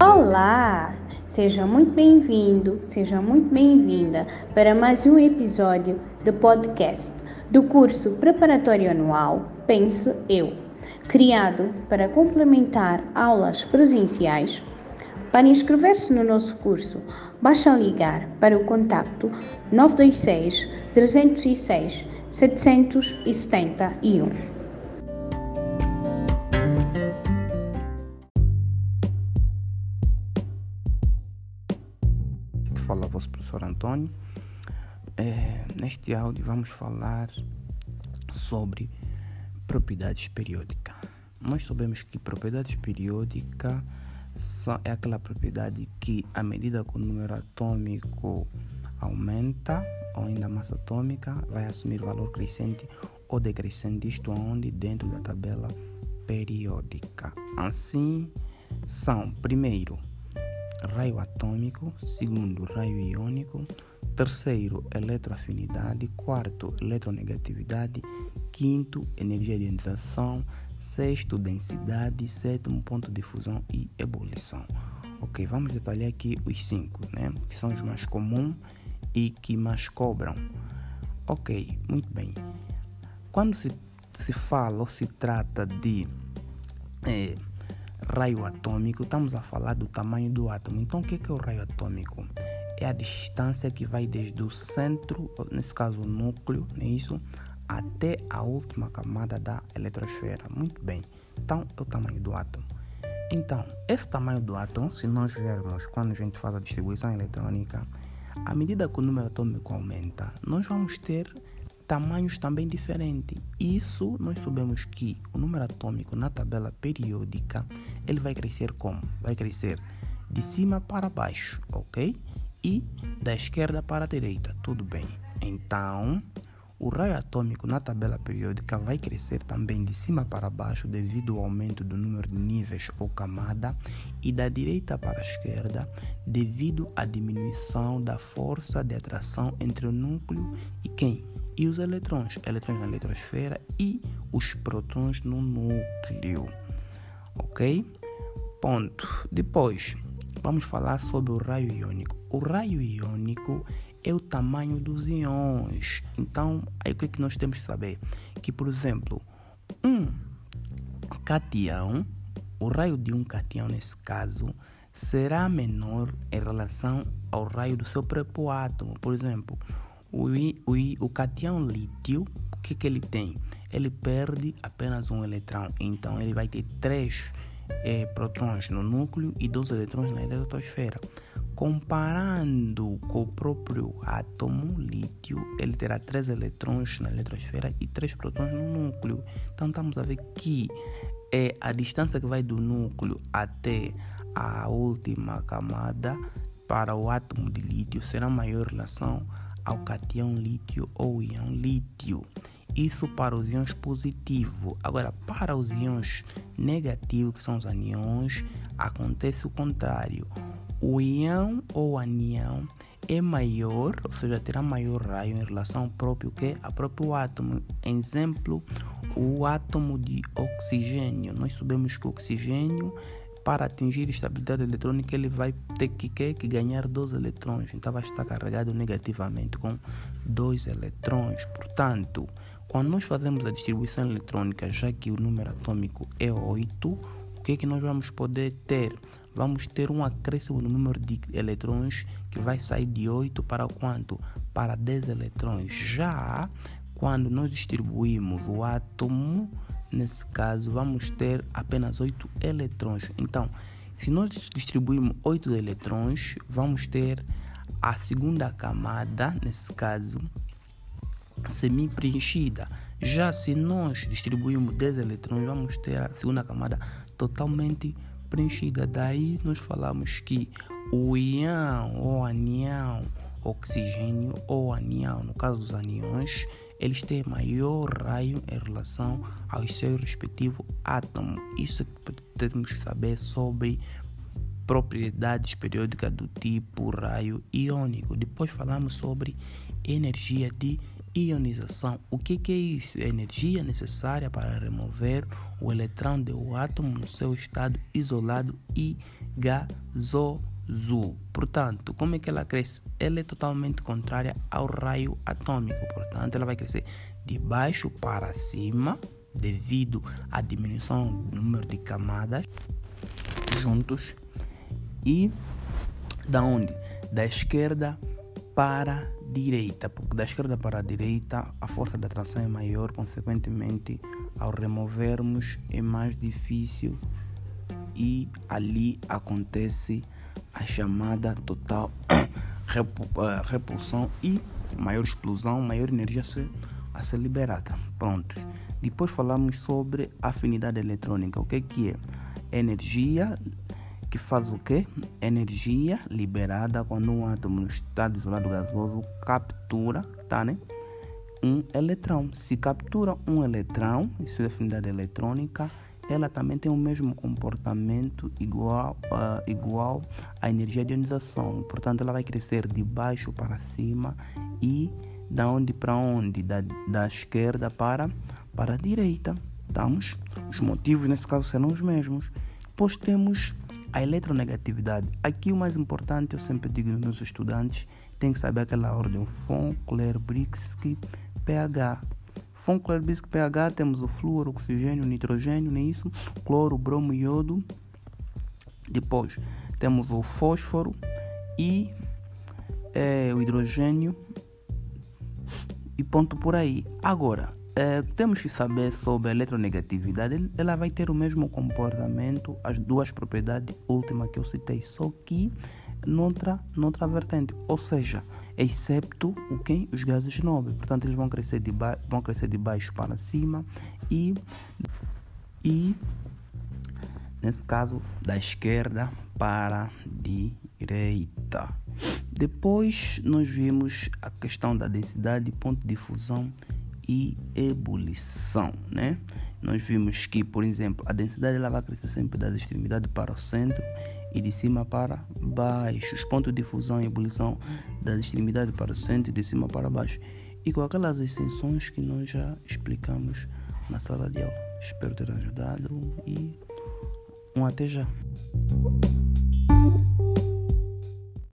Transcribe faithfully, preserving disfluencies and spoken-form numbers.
Olá! Seja muito bem-vindo, seja muito bem-vinda para mais um episódio do podcast do curso preparatório anual Pense Eu, criado para complementar aulas presenciais. Para inscrever-se no nosso curso, basta ligar para o contacto nove dois seis, três zero seis, sete sete um. Que fala a vosso professor Antônio. É, neste áudio vamos falar sobre propriedades periódicas. Nós sabemos que propriedades periódicas são, é aquela propriedade que, à medida que o número atômico aumenta, ou ainda a massa atômica, vai assumir valor crescente ou decrescente, isto onde dentro da tabela periódica. Assim, são, primeiro, raio atômico, segundo, raio iônico, terceiro, eletroafinidade, quarto, eletronegatividade, quinto, energia de ionização, sexto, densidade, sétimo, ponto de fusão e ebulição. Ok, vamos detalhar aqui os cinco, né, que são os mais comuns e que mais cobram. Ok, muito bem. Quando se, se fala ou se trata de é, raio atômico, estamos a falar do tamanho do átomo. Então, o que é o raio atômico? É a distância que vai desde o centro, nesse caso o núcleo, não é isso, até a última camada da eletrosfera. Muito bem. Então, é o tamanho do átomo. Então, esse tamanho do átomo, se nós vermos quando a gente faz a distribuição eletrônica, à medida que o número atômico aumenta, nós vamos ter tamanhos também diferentes. Isso nós sabemos que o número atômico na tabela periódica ele vai crescer como? Vai crescer de cima para baixo, ok? E da esquerda para a direita, tudo bem. Então, o raio atômico na tabela periódica vai crescer também de cima para baixo devido ao aumento do número de níveis ou camada e da direita para a esquerda devido à diminuição da força de atração entre o núcleo e quem? E os eletrões, eletrões na eletrosfera e os prótons no núcleo, ok? Ponto. Depois, vamos falar sobre o raio iônico. O raio iônico é o tamanho dos íons. Então, aí o que, é que nós temos que saber? Que, por exemplo, um cátion, o raio de um cátion nesse caso, será menor em relação ao raio do seu próprio átomo. Por exemplo, o, o, o cátion lítio, o que, que ele tem? Ele perde apenas um eletrão. Então, ele vai ter três eh, prótons no núcleo e dois eletrões na eletrosfera. Comparando com o próprio átomo lítio, ele terá três eletrões na eletrosfera e três prótons no núcleo. Então, estamos a ver que é a distância que vai do núcleo até a última camada para o átomo de lítio será maior em relação ao cátion lítio ou íon lítio. Isso para os íons positivos. Agora, para os íons negativos, que são os anions, acontece o contrário. O íon ou anião é maior, ou seja, terá maior raio em relação ao próprio que a próprio átomo. Exemplo, o átomo de oxigênio. Nós sabemos que o oxigênio, para atingir estabilidade eletrônica, ele vai ter que, que, que ganhar dois eletrões. Então, vai estar carregado negativamente com dois eletrões. Portanto, quando nós fazemos a distribuição eletrônica, já que o número atômico é oito, o que é que nós vamos poder ter? Vamos ter um acréscimo no número de eletrões que vai sair de oito para quanto? Para dez eletrões. Já quando nós distribuímos o átomo, nesse caso, vamos ter apenas oito eletrões. Então, se nós distribuímos oito eletrões, vamos ter a segunda camada, nesse caso, semi-preenchida. Já se nós distribuímos dez eletrões, vamos ter a segunda camada totalmente preenchida. Daí nós falamos que o íon ou anião oxigênio ou anião, no caso dos aniões, eles têm maior raio em relação aos seus respectivos átomos. Isso é que temos que saber sobre propriedades periódicas do tipo raio iônico. Depois falamos sobre energia de ionização. O que, que é isso? É a energia necessária para remover o eletrão do átomo no seu estado isolado e gasoso. Portanto, como é que ela cresce? Ela é totalmente contrária ao raio atômico. Portanto, ela vai crescer de baixo para cima devido à diminuição do número de camadas juntos. E da onde? Da esquerda para a direita, porque da esquerda para a direita a força da atração é maior, consequentemente ao removermos é mais difícil e ali acontece a chamada total repulsão e maior explosão, maior energia a ser, a ser liberada. Pronto. Depois falamos sobre afinidade eletrônica. O que, que é? Energia que faz o quê? Energia liberada quando um átomo no estado isolado gasoso captura, tá, né? um eletrão. Se captura um eletrão, isso é afinidade eletrônica, ela também tem o mesmo comportamento igual, uh, igual à energia de ionização. Portanto, ela vai crescer de baixo para cima e da onde para onde? Da, da esquerda para, para a direita. Estamos? Os motivos nesse caso serão os mesmos. Depois temos a eletronegatividade. Aqui o mais importante, eu sempre digo aos meus estudantes, tem que saber aquela ordem Von Cleverbitsky pH. Von Cleverbitsky pH, temos o flúor, oxigênio, nitrogênio, não é isso? Cloro, bromo, iodo. Depois temos o fósforo e é, o hidrogênio e ponto por aí. Agora, É, temos que saber sobre a eletronegatividade. Ela vai ter o mesmo comportamento, as duas propriedades últimas que eu citei, só que noutra, noutra vertente, ou seja, excepto o que? Os gases nobres. Portanto, eles vão crescer de, ba- vão crescer de baixo para cima e, e nesse caso da esquerda para a direita. Depois nós vimos a questão da densidade, ponto de fusão e ebulição, né? Nós vimos que, por exemplo, a densidade ela vai crescer sempre das extremidades para o centro e de cima para baixo. Os pontos de fusão e ebulição das extremidades para o centro e de cima para baixo. E com aquelas extensões que nós já explicamos na sala de aula. Espero ter ajudado e um até já.